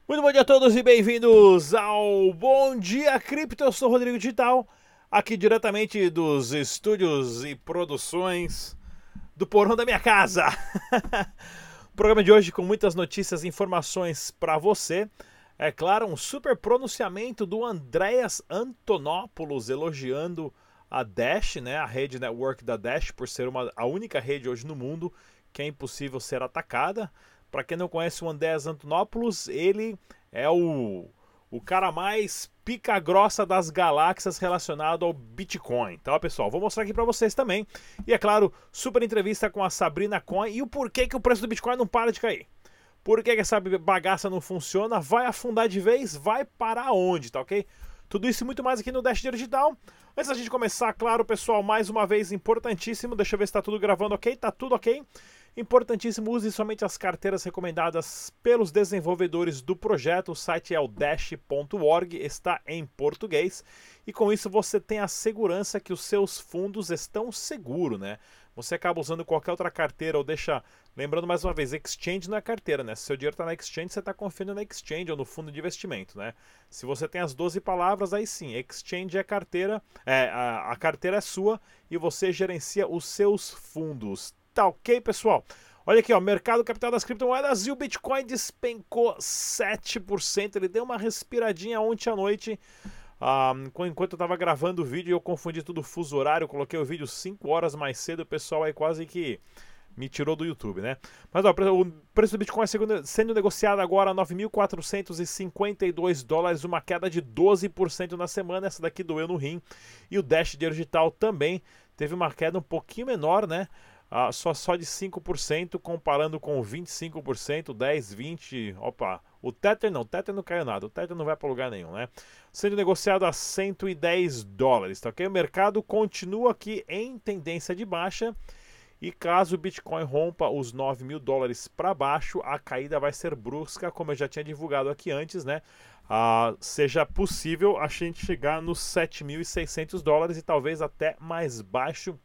Muito bom dia a todos e bem-vindos ao Bom Dia Cripto. Eu sou o Rodrigo Digital, aqui diretamente dos estúdios e produções do porão da minha casa. Programa de hoje com muitas notícias e informações para você. É claro, um super pronunciamento do Andreas Antonopoulos elogiando a Dash, né, a rede network da Dash, por ser a única rede hoje no mundo que é impossível ser atacada. Para quem não conhece o Andreas Antonopoulos, ele é o cara mais pica grossa das galáxias relacionado ao Bitcoin. Tá, pessoal? Vou mostrar aqui para vocês também. E é claro, super entrevista com a Sabrina Cohen e o porquê que o preço do Bitcoin não para de cair. Por que essa bagaça não funciona? Vai afundar de vez? Vai parar onde, tá ok? Tudo isso e muito mais aqui no Dash Digital. Antes da gente começar, claro, pessoal, mais uma vez importantíssimo, deixa eu ver se tá tudo gravando ok, tá tudo ok. Importantíssimo, use somente as carteiras recomendadas pelos desenvolvedores do projeto. O site é o dash.org, está em português. E com isso você tem a segurança que os seus fundos estão seguros, né? Você acaba usando qualquer outra carteira ou deixa... Lembrando mais uma vez, exchange não é carteira, né? Se seu dinheiro está na exchange, você está confiando na exchange ou no fundo de investimento, né? Se você tem as 12 palavras, aí sim, exchange é carteira, a carteira é sua e você gerencia os seus fundos. Tá ok, pessoal? Olha aqui, ó, mercado capital das criptomoedas e o Bitcoin despencou 7%. Ele deu uma respiradinha ontem à noite. Enquanto eu estava gravando o vídeo, eu confundi tudo fuso horário, coloquei o vídeo 5 horas mais cedo, o pessoal aí quase que me tirou do YouTube, né? Mas ó, o preço do Bitcoin sendo negociado agora a 9.452 dólares, uma queda de 12% na semana. Essa daqui doeu no rim. E o Dash Digital também teve uma queda um pouquinho menor, né? Só de 5%, comparando com 25%, 10, 20. Opa, o Tether não caiu nada, o Tether não vai para lugar nenhum, né? Sendo negociado a 110 dólares, tá ok? O mercado continua aqui em tendência de baixa. E caso o Bitcoin rompa os 9 mil dólares para baixo, a caída vai ser brusca, como eu já tinha divulgado aqui antes, né? Seja possível a gente chegar nos 7.600 dólares e talvez até mais baixo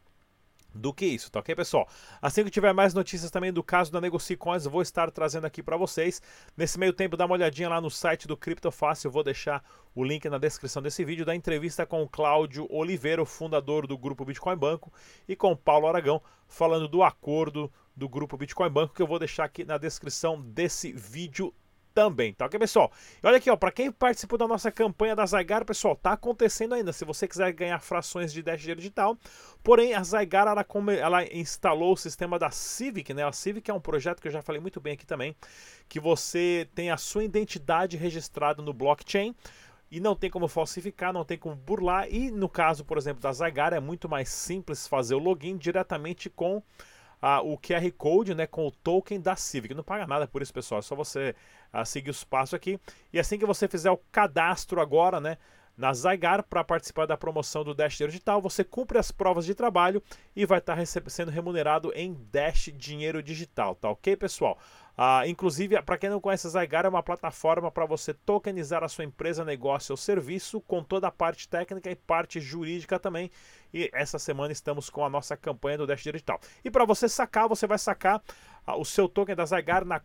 do que isso, tá ok, pessoal? Assim que tiver mais notícias também do caso da NegociCoins, eu vou estar trazendo aqui para vocês. Nesse meio tempo, dá uma olhadinha lá no site do Criptofácil, eu vou deixar o link na descrição desse vídeo, da entrevista com o Cláudio Oliveira, o fundador do Grupo Bitcoin Banco, e com o Paulo Aragão, falando do acordo do Grupo Bitcoin Banco, que eu vou deixar aqui na descrição desse vídeo também, tá ok, pessoal? E olha aqui, ó, para quem participou da nossa campanha da Zygar, pessoal, tá acontecendo ainda. Se você quiser ganhar frações de Dash Digital, porém a Zygar ela instalou o sistema da Civic, né? A Civic é um projeto que eu já falei muito bem aqui também, que você tem a sua identidade registrada no blockchain. E não tem como falsificar, não tem como burlar. E no caso, por exemplo, da Zygar, é muito mais simples fazer o login diretamente com o QR Code, né, com o token da Civic. Não paga nada por isso, pessoal. É só você seguir os passos aqui. E assim que você fizer o cadastro agora, né, na Zygar para participar da promoção do Dash Digital, você cumpre as provas de trabalho e vai estar sendo remunerado em Dash Dinheiro Digital, tá ok, pessoal? Inclusive, para quem não conhece, a Zygar é uma plataforma para você tokenizar a sua empresa, negócio ou serviço, com toda a parte técnica e parte jurídica também. E essa semana estamos com a nossa campanha do Dash Digital. E para você sacar, você vai sacar o seu token da Zygar na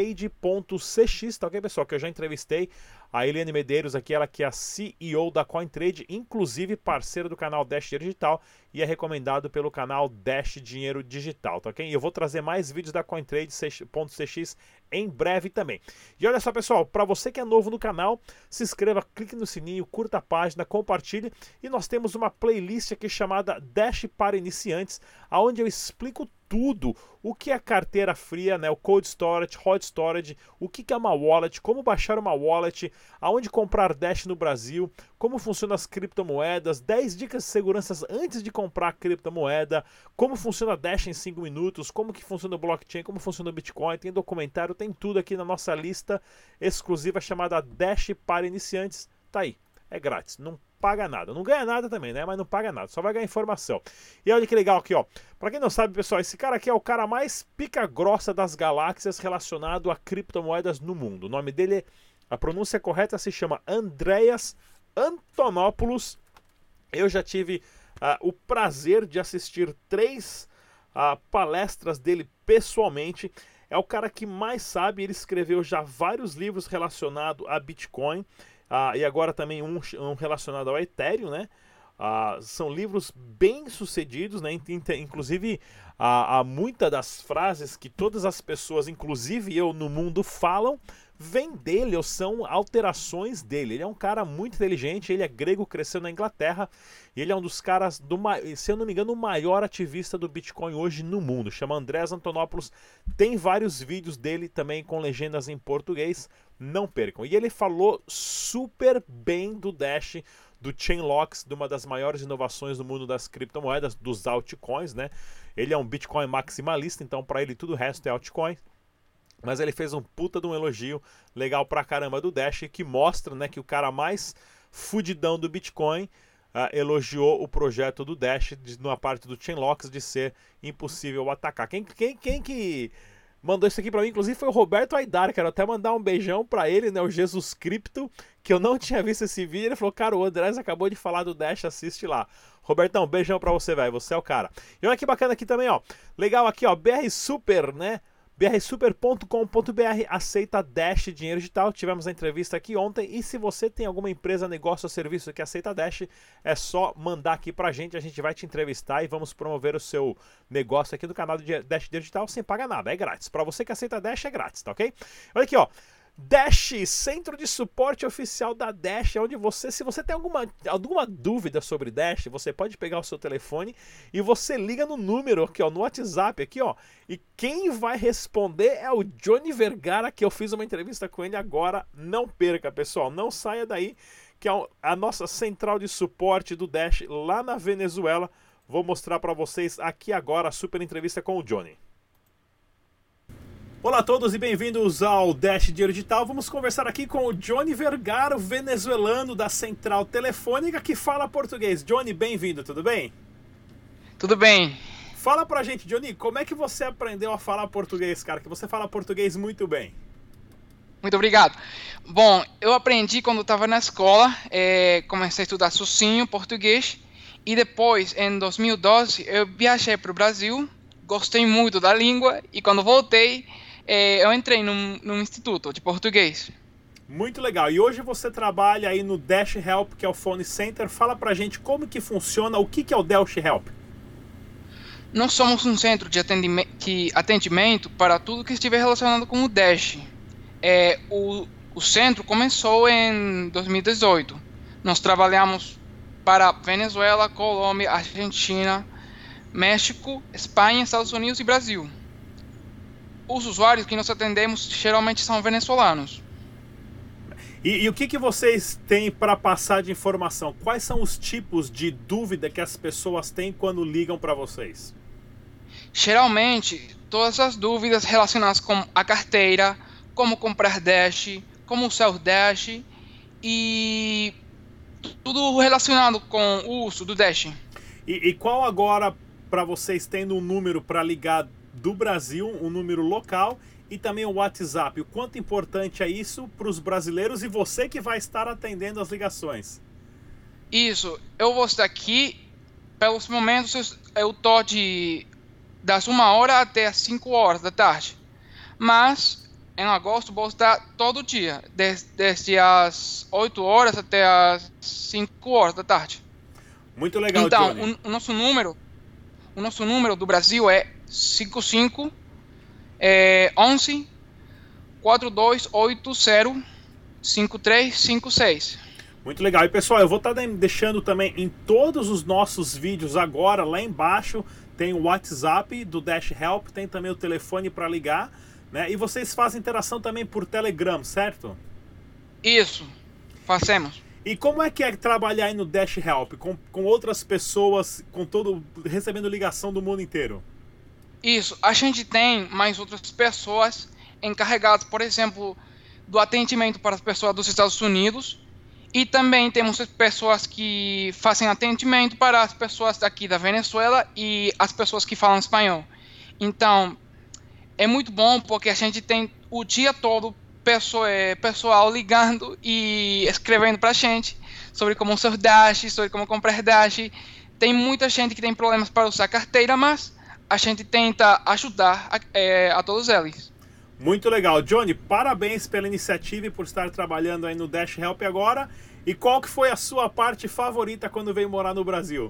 cointrade.cx, tá ok, pessoal? Que eu já entrevistei a Eliane Medeiros aqui, ela que é a CEO da Cointrade, inclusive parceira do canal Dash Digital e é recomendado pelo canal Dash Dinheiro Digital, tá ok? E eu vou trazer mais vídeos da Cointrade.cx em breve também. E olha só, pessoal, para você que é novo no canal, se inscreva, clique no sininho, curta a página, compartilhe. E nós temos uma playlist aqui chamada Dash para Iniciantes, onde eu explico tudo, o que é carteira fria, né, o cold storage, hot storage, o que é uma wallet, como baixar uma wallet, aonde comprar Dash no Brasil, como funcionam as criptomoedas, 10 dicas de segurança antes de comprar criptomoeda, como funciona Dash em 5 minutos, como que funciona o blockchain, como funciona o Bitcoin, tem documentário, tem tudo aqui na nossa lista exclusiva chamada Dash para Iniciantes. Tá aí, é grátis, não paga nada, não ganha nada também, né? Mas não paga nada, só vai ganhar informação. E olha que legal aqui, ó. Pra quem não sabe, pessoal, esse cara aqui é o cara mais pica grossa das galáxias relacionado a criptomoedas no mundo. O nome dele, a pronúncia correta se chama Andreas Antonopoulos. Eu já tive o prazer de assistir 3 palestras dele pessoalmente. é o cara que mais sabe, ele escreveu já vários livros relacionados a Bitcoin, e agora também um relacionado ao Ethereum, né? São livros bem sucedidos, né? Inclusive, muitas das frases que todas as pessoas, inclusive eu no mundo, falam, vem dele ou são alterações dele. Ele é um cara muito inteligente, ele é grego, cresceu na Inglaterra, e ele é um dos caras, se eu não me engano, o maior ativista do Bitcoin hoje no mundo. Chama Andrés Antonopoulos, tem vários vídeos dele também com legendas em português, não percam. E ele falou super bem do Dash, do Chainlocks, de uma das maiores inovações do mundo das criptomoedas, dos altcoins, né? Ele é um Bitcoin maximalista, então para ele tudo o resto é altcoin. Mas ele fez um puta de um elogio legal pra caramba do Dash, que mostra, né, que o cara mais fudidão do Bitcoin elogiou o projeto do Dash numa parte do Chainlocks de ser impossível atacar. Quem que mandou isso aqui pra mim, inclusive, foi o Roberto Aidar. Quero até mandar um beijão pra ele, né, o Jesus Cripto, que eu não tinha visto esse vídeo. Ele falou, cara, o Andrés acabou de falar do Dash, assiste lá. Robertão, beijão pra você, velho, você é o cara. E olha que bacana aqui também, ó, legal aqui, ó, BR Super, né, brsuper.com.br aceita Dash dinheiro digital. Tivemos a entrevista aqui ontem. E se você tem alguma empresa, negócio ou serviço que aceita Dash, é só mandar aqui pra gente. A gente vai te entrevistar e vamos promover o seu negócio aqui no canal do Dash dinheiro digital sem pagar nada, é grátis. Pra você que aceita Dash é grátis, tá ok? Olha aqui, ó. Dash, centro de suporte oficial da Dash, onde você, se você tem alguma dúvida sobre Dash, você pode pegar o seu telefone e você liga no número aqui, ó, no WhatsApp aqui, ó, e quem vai responder é o Johnny Vergara, que eu fiz uma entrevista com ele agora. Não perca, pessoal, não saia daí, que é a nossa central de suporte do Dash lá na Venezuela. Vou mostrar para vocês aqui agora a super entrevista com o Johnny. Olá a todos e bem-vindos ao Dash Dinheiro Digital. Vamos conversar aqui com o Johnny Vergara, o venezuelano da Central Telefônica, que fala português. Johnny, bem-vindo, tudo bem? Tudo bem. Fala pra gente, Johnny, como é que você aprendeu a falar português, cara? Que você fala português muito bem. Muito obrigado. Bom, eu aprendi quando estava na escola, comecei a estudar sozinho português, e depois, em 2012, eu viajei para o Brasil, gostei muito da língua, e quando voltei, eu entrei num instituto de português. Muito legal. E hoje você trabalha aí no Dash Help, que é o Phone Center. Fala pra gente como que funciona, o que é o Dash Help? Nós somos um centro de atendimento para tudo que estiver relacionado com o Dash. O centro começou em 2018. Nós trabalhamos para Venezuela, Colômbia, Argentina, México, Espanha, Estados Unidos e Brasil. Os usuários que nós atendemos geralmente são venezuelanos. E o que vocês têm para passar de informação? Quais são os tipos de dúvida que as pessoas têm quando ligam para vocês? Geralmente, todas as dúvidas relacionadas com a carteira, como comprar Dash, como usar o Dash e tudo relacionado com o uso do Dash. E qual agora, para vocês, tendo um número para ligar do Brasil, um número local, e também o WhatsApp? O quanto importante é isso para os brasileiros e você que vai estar atendendo as ligações? Isso, eu vou estar aqui, pelos momentos eu estou das 1h até as 5h da tarde, mas em agosto vou estar todo dia, desde as 8h até as 5h da tarde. Muito legal, então, Johnny. O nosso número do Brasil é 55 11 4280 5356. Muito legal. E pessoal, eu vou estar deixando também em todos os nossos vídeos agora, lá embaixo, tem o WhatsApp do Dash Help, tem também o telefone para ligar, né? E vocês fazem interação também por Telegram, certo? Isso, fazemos. E como é que é trabalhar aí no Dash Help, com outras pessoas, recebendo ligação do mundo inteiro? Isso, a gente tem mais outras pessoas encarregadas, por exemplo, do atendimento para as pessoas dos Estados Unidos, e também temos pessoas que fazem atendimento para as pessoas daqui da Venezuela e as pessoas que falam espanhol. Então, é muito bom porque a gente tem o dia todo pessoal ligando e escrevendo para a gente sobre como usar Dash, sobre como comprar Dash. Tem muita gente que tem problemas para usar carteira, mas a gente tenta ajudar a todos eles. Muito legal. Johnny, parabéns pela iniciativa e por estar trabalhando aí no Dash Help agora. E qual que foi a sua parte favorita quando veio morar no Brasil?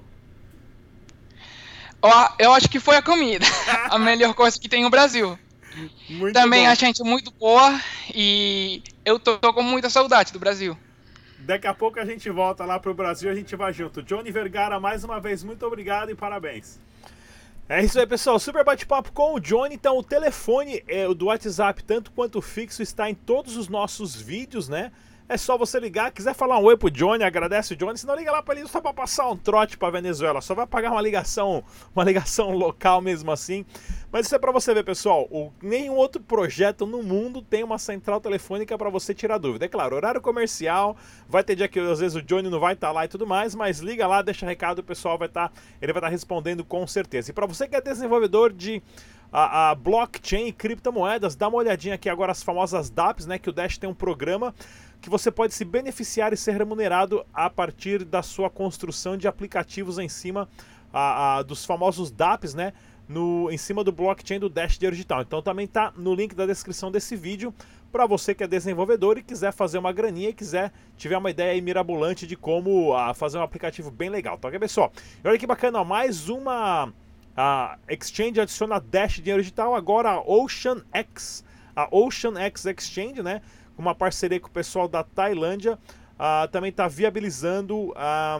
Eu acho que foi a comida, a melhor coisa que tem no Brasil. Muito Também bom. a gente muito boa e eu tô com muita saudade do Brasil. Daqui a pouco a gente volta lá pro Brasil, a gente vai junto. Johnny Vergara, mais uma vez, muito obrigado e parabéns. É isso aí, pessoal. Super bate-papo com o Johnny. Então, o telefone do WhatsApp, tanto quanto o fixo, está em todos os nossos vídeos, né? É só você ligar. Quiser falar um oi pro Johnny, agradece o Johnny. Senão liga lá para ele só para passar um trote para Venezuela. Só vai pagar uma ligação local mesmo assim. Mas isso é para você ver, pessoal. Nenhum outro projeto no mundo tem uma central telefônica para você tirar dúvida. É claro, horário comercial, vai ter dia que às vezes o Johnny não vai estar lá e tudo mais, mas liga lá, deixa recado, o pessoal ele vai estar respondendo com certeza. E para você que é desenvolvedor de a blockchain e criptomoedas, dá uma olhadinha aqui agora as famosas dApps, né, que o Dash tem um programa que você pode se beneficiar e ser remunerado a partir da sua construção de aplicativos em cima dos famosos dApps, né, em cima do blockchain do Dash Dinheiro Digital. Então também está no link da descrição desse vídeo para você que é desenvolvedor e quiser fazer uma graninha e tiver uma ideia aí mirabolante de como fazer um aplicativo bem legal, tá ok, pessoal? E olha que bacana, ó, mais uma exchange adiciona Dash Dinheiro Digital, agora a OceanX Exchange, né, com uma parceria com o pessoal da Tailândia, também está viabilizando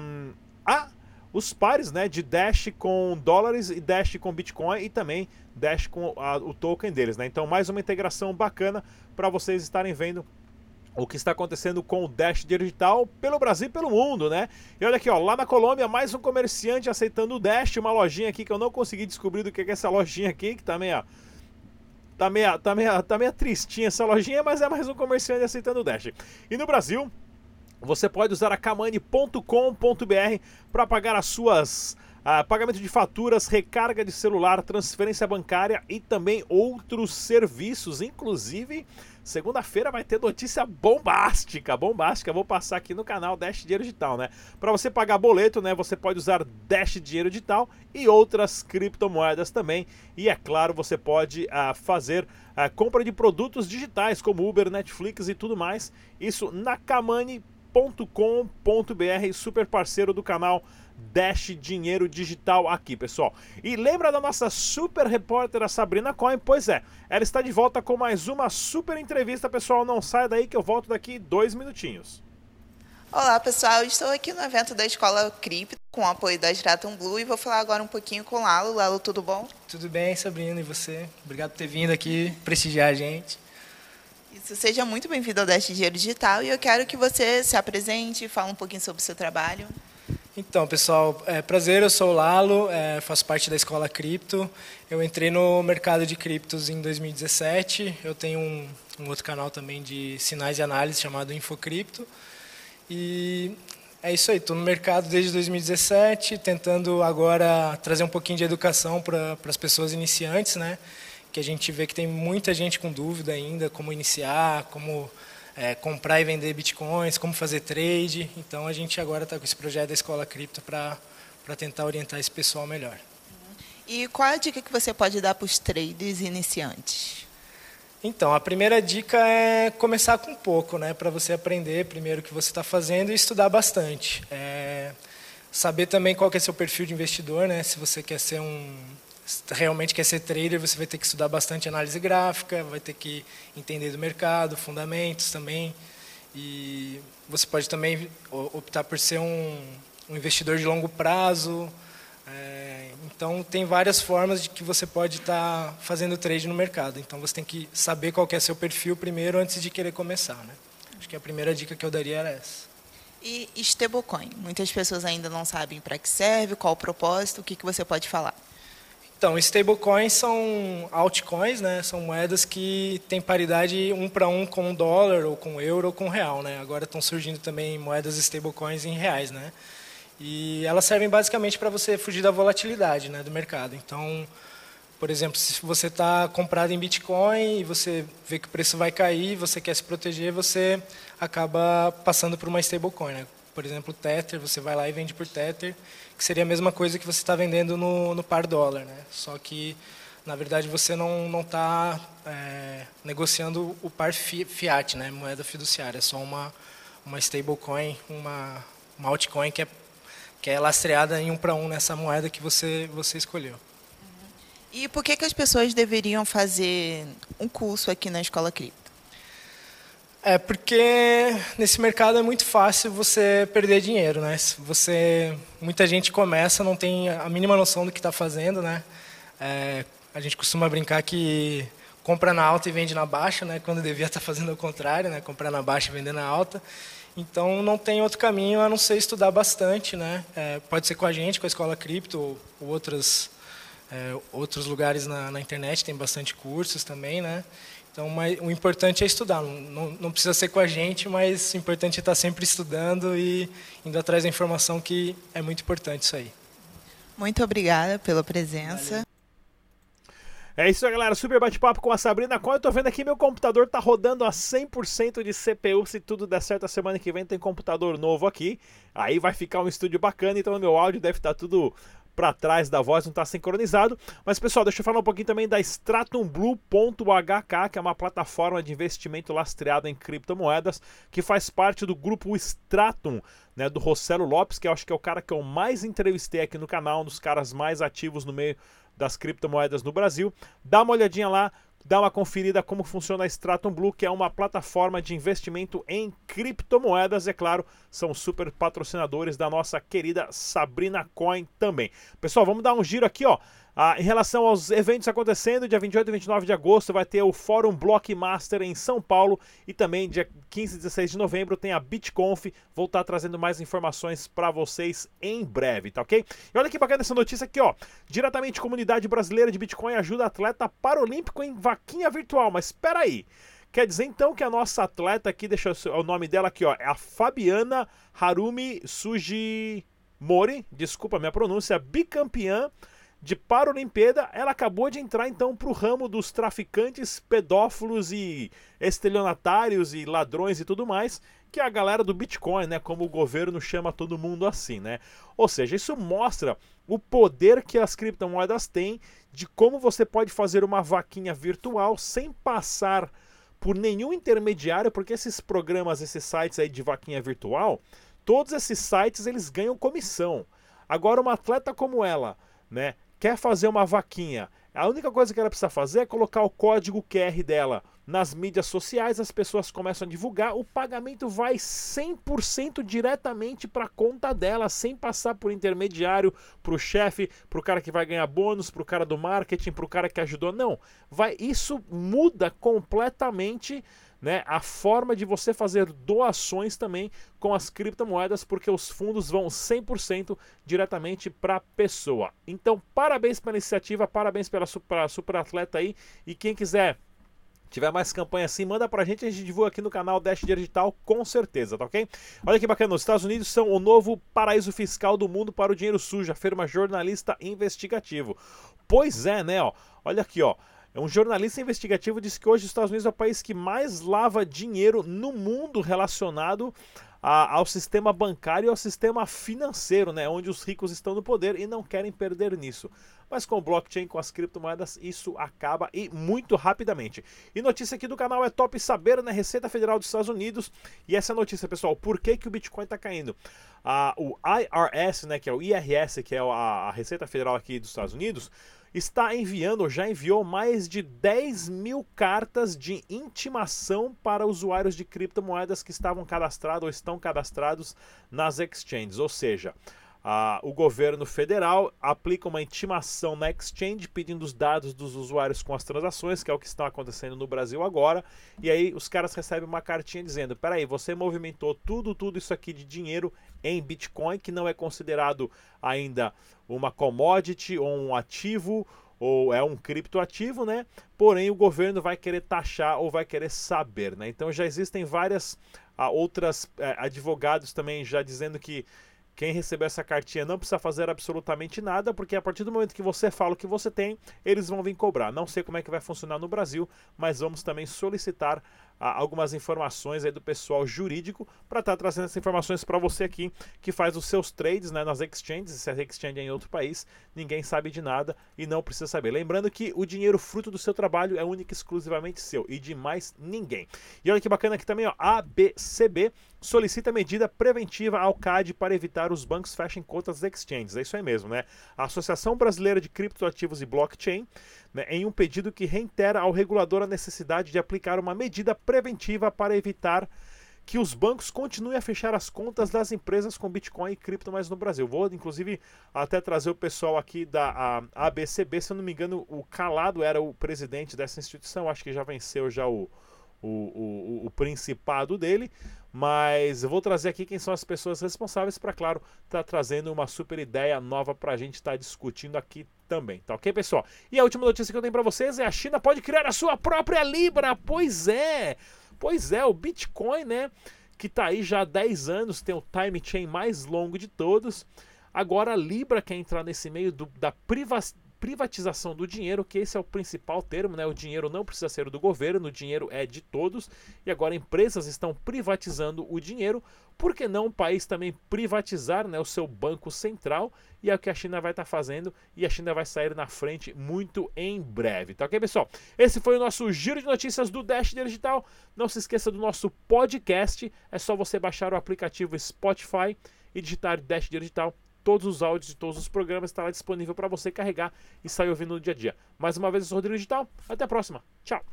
os pares, né, de Dash com dólares e Dash com Bitcoin e também Dash com o token deles, né? Então mais uma integração bacana para vocês estarem vendo o que está acontecendo com o Dash Digital pelo Brasil e pelo mundo, né? E olha aqui, ó, lá na Colômbia, mais um comerciante aceitando o Dash, uma lojinha aqui que eu não consegui descobrir do que é essa lojinha aqui, que tá meio tristinha essa lojinha, mas é mais um comerciante aceitando o Dash. E no Brasil, você pode usar a kamani.com.br para pagar as suas pagamento de faturas, recarga de celular, transferência bancária e também outros serviços. Inclusive, segunda-feira vai ter notícia bombástica. Vou passar aqui no canal Dash Dinheiro Digital, né? Para você pagar boleto, né? Você pode usar Dash Dinheiro Digital e outras criptomoedas também. E é claro, você pode fazer a compra de produtos digitais como Uber, Netflix e tudo mais. Isso na kamani.com.br, super parceiro do canal Dash Dinheiro Digital aqui, pessoal. E lembra da nossa super repórter, a Sabrina Cohen? Pois é, ela está de volta com mais uma super entrevista, pessoal. Não saia daí que eu volto daqui 2 minutinhos. Olá, pessoal. Estou aqui no evento da Escola Cripto, com o apoio da Stratum Blue, e vou falar agora um pouquinho com o Lalo. Lalo, tudo bom? Tudo bem, Sabrina, e você? Obrigado por ter vindo aqui prestigiar a gente. Isso, seja muito bem-vindo ao Dash Dinheiro Digital, e eu quero que você se apresente e fale um pouquinho sobre o seu trabalho. Então, pessoal, prazer, eu sou o Lalo, faço parte da Escola Cripto. Eu entrei no mercado de criptos em 2017, eu tenho um outro canal também de sinais e análise chamado Infocripto. E é isso aí, estou no mercado desde 2017, tentando agora trazer um pouquinho de educação para as pessoas iniciantes, né? Que a gente vê que tem muita gente com dúvida ainda, como iniciar, como comprar e vender bitcoins, como fazer trade. Então a gente agora está com esse projeto da Escola Cripto para tentar orientar esse pessoal melhor. E qual a dica que você pode dar para os traders iniciantes? Então, a primeira dica é começar com pouco, né? Para você aprender primeiro o que você está fazendo e estudar bastante. Saber também qual que é seu perfil de investidor, né? Se você quer ser realmente quer ser trader, você vai ter que estudar bastante análise gráfica, vai ter que entender do mercado, fundamentos também. E você pode também optar por ser um investidor de longo prazo. Então, tem várias formas de que você pode estar fazendo trade no mercado. Então, você tem que saber qual que é seu perfil primeiro antes de querer começar, né? Acho que a primeira dica que eu daria era essa. E stablecoin? Muitas pessoas ainda não sabem para que serve, qual o propósito, o que você pode falar? Então, stablecoins são altcoins, né? São moedas que têm paridade 1 para 1 com o dólar, ou com o euro, ou com o real, né? Agora estão surgindo também moedas stablecoins em reais, né? E elas servem basicamente para você fugir da volatilidade, né, do mercado. Então, por exemplo, se você está comprado em Bitcoin e você vê que o preço vai cair, você quer se proteger, você acaba passando por uma stablecoin, né? Por exemplo, o Tether, você vai lá e vende por Tether, que seria a mesma coisa que você está vendendo no par dólar, né? Só que na verdade você não está negociando o par fiat, né, moeda fiduciária, é só uma stablecoin, uma altcoin que é lastreada em 1 para 1 nessa moeda que você escolheu. E por que as pessoas deveriam fazer um curso aqui na Escola Cripto? Porque nesse mercado é muito fácil você perder dinheiro, né? Muita gente começa, não tem a mínima noção do que está fazendo, né? A gente costuma brincar que compra na alta e vende na baixa, né? Quando devia estar fazendo o contrário, né? Comprar na baixa e vender na alta. Então não tem outro caminho a não ser estudar bastante, né? Pode ser com a gente, com a Escola Cripto ou outros lugares na internet, tem bastante cursos também, né? Então, o importante é estudar. Não precisa ser com a gente, mas o importante é estar sempre estudando e indo atrás da informação, que é muito importante isso aí. Muito obrigada pela presença. Valeu. É isso aí, galera. Super bate-papo com a Sabrina Cohen. Eu tô vendo aqui, meu computador tá rodando a 100% de CPU. Se tudo der certo, a semana que vem tem computador novo aqui. Aí vai ficar um estúdio bacana, então o meu áudio deve estar tudo para trás da voz, não está sincronizado. Mas, pessoal, deixa eu falar um pouquinho também da StratumBlue.hk, que é uma plataforma de investimento lastreada em criptomoedas, que faz parte do grupo Stratum, né, do Rossello Lopes, que eu acho que é o cara que eu mais entrevistei aqui no canal, um dos caras mais ativos no meio das criptomoedas no Brasil. Dá uma olhadinha lá, dá uma conferida como funciona a Stratum Blue, que é uma plataforma de investimento em criptomoedas. É claro, são super patrocinadores da nossa querida Sabrina Cohen também. Pessoal, vamos dar um giro aqui, ó. Em relação aos eventos acontecendo, dia 28 e 29 de agosto vai ter o Fórum Blockmaster em São Paulo e também dia 15 e 16 de novembro tem a BitConf. Vou estar trazendo mais informações para vocês em breve, tá ok? E olha que bacana essa notícia aqui, ó. Diretamente, comunidade brasileira de Bitcoin ajuda atleta paralímpico em vaquinha virtual. Mas espera aí. Quer dizer então que a nossa atleta aqui, deixa o nome dela aqui, ó, é a Fabiana Harumi Sugimori, desculpa a minha pronúncia, bicampeã de Paralimpíada. Ela acabou de entrar então para o ramo dos traficantes, pedófilos e estelionatários e ladrões e tudo mais, que é a galera do Bitcoin, né? Como o governo chama todo mundo assim, né? Ou seja, isso mostra o poder que as criptomoedas têm, de como você pode fazer uma vaquinha virtual sem passar por nenhum intermediário, porque esses programas, esses sites aí de vaquinha virtual, todos esses sites eles ganham comissão. Agora, uma atleta como ela, né, quer fazer uma vaquinha, a única coisa que ela precisa fazer é colocar o código QR dela nas mídias sociais, as pessoas começam a divulgar, o pagamento vai 100% diretamente para a conta dela, sem passar por intermediário, para o chefe, para o cara que vai ganhar bônus, para o cara do marketing, para o cara que ajudou. Não, isso muda completamente, né, a forma de você fazer doações também com as criptomoedas, porque os fundos vão 100% diretamente para a pessoa. Então, parabéns pela iniciativa, parabéns pela super atleta aí, e quem quiser tiver mais campanha assim, manda pra gente, a gente divulga aqui no canal Dash Digital, com certeza, tá ok? Olha que bacana, os Estados Unidos são o novo paraíso fiscal do mundo para o dinheiro sujo, afirma jornalista investigativo. Pois é, né, ó, olha aqui, ó. Um jornalista investigativo disse que hoje os Estados Unidos é o país que mais lava dinheiro no mundo relacionado ao sistema bancário e ao sistema financeiro, né, onde os ricos estão no poder e não querem perder nisso. Mas com o blockchain, com as criptomoedas, isso acaba e muito rapidamente. E notícia aqui do canal é top saber, né? Receita Federal dos Estados Unidos. E essa notícia, pessoal, por que o Bitcoin está caindo? O IRS, né, que é o IRS, que é a Receita Federal aqui dos Estados Unidos, está enviando, ou já enviou, mais de 10 mil cartas de intimação para usuários de criptomoedas que estavam cadastrados ou estão cadastrados nas exchanges. Ou seja, o governo federal aplica uma intimação na exchange pedindo os dados dos usuários com as transações, que é o que está acontecendo no Brasil agora, e aí os caras recebem uma cartinha dizendo: peraí, você movimentou tudo isso aqui de dinheiro em Bitcoin, que não é considerado ainda uma commodity ou um ativo, ou é um criptoativo, né? Porém, o governo vai querer taxar ou vai querer saber, né? Então já existem várias outras advogados também já dizendo que Quem receber essa cartinha não precisa fazer absolutamente nada, porque a partir do momento que você fala o que você tem, eles vão vir cobrar. Não sei como é que vai funcionar no Brasil, mas vamos também solicitar algumas informações aí do pessoal jurídico para estar trazendo essas informações para você aqui que faz os seus trades, né, nas exchanges. Se a exchange é em outro país, ninguém sabe de nada e não precisa saber. Lembrando que o dinheiro fruto do seu trabalho é único e exclusivamente seu e de mais ninguém. E olha que bacana aqui também, ó, ABCB solicita medida preventiva ao CAD para evitar os bancos fechem contas das exchanges. É isso aí mesmo, né? A Associação Brasileira de Criptoativos e Blockchain, né, em um pedido que reitera ao regulador a necessidade de aplicar uma medida preventiva para evitar que os bancos continuem a fechar as contas das empresas com Bitcoin e cripto mais no Brasil. Vou, inclusive, até trazer o pessoal aqui da ABCB. Se eu não me engano, o Calado era o presidente dessa instituição. Acho que já venceu já o principado dele, mas eu vou trazer aqui quem são as pessoas responsáveis para, claro, estar trazendo uma super ideia nova para a gente estar discutindo aqui também, tá ok, pessoal? E a última notícia que eu tenho para vocês é: a China pode criar a sua própria Libra. Pois é, o Bitcoin, né, que tá aí já há 10 anos, tem o time chain mais longo de todos. Agora a Libra quer entrar nesse meio da privatização do dinheiro, que esse é o principal termo, né? O dinheiro não precisa ser do governo, o dinheiro é de todos, e agora empresas estão privatizando o dinheiro. Por que não o país também privatizar, né, o seu banco central? E é o que a China vai estar fazendo, e a China vai sair na frente muito em breve, tá ok, pessoal? Esse foi o nosso giro de notícias do Dash Digital. Não se esqueça do nosso podcast, é só você baixar o aplicativo Spotify e digitar Dash Digital. Todos os áudios de todos os programas estão lá disponível para você carregar e sair ouvindo no dia a dia. Mais uma vez, eu sou o Rodrigo Digital. Até a próxima. Tchau.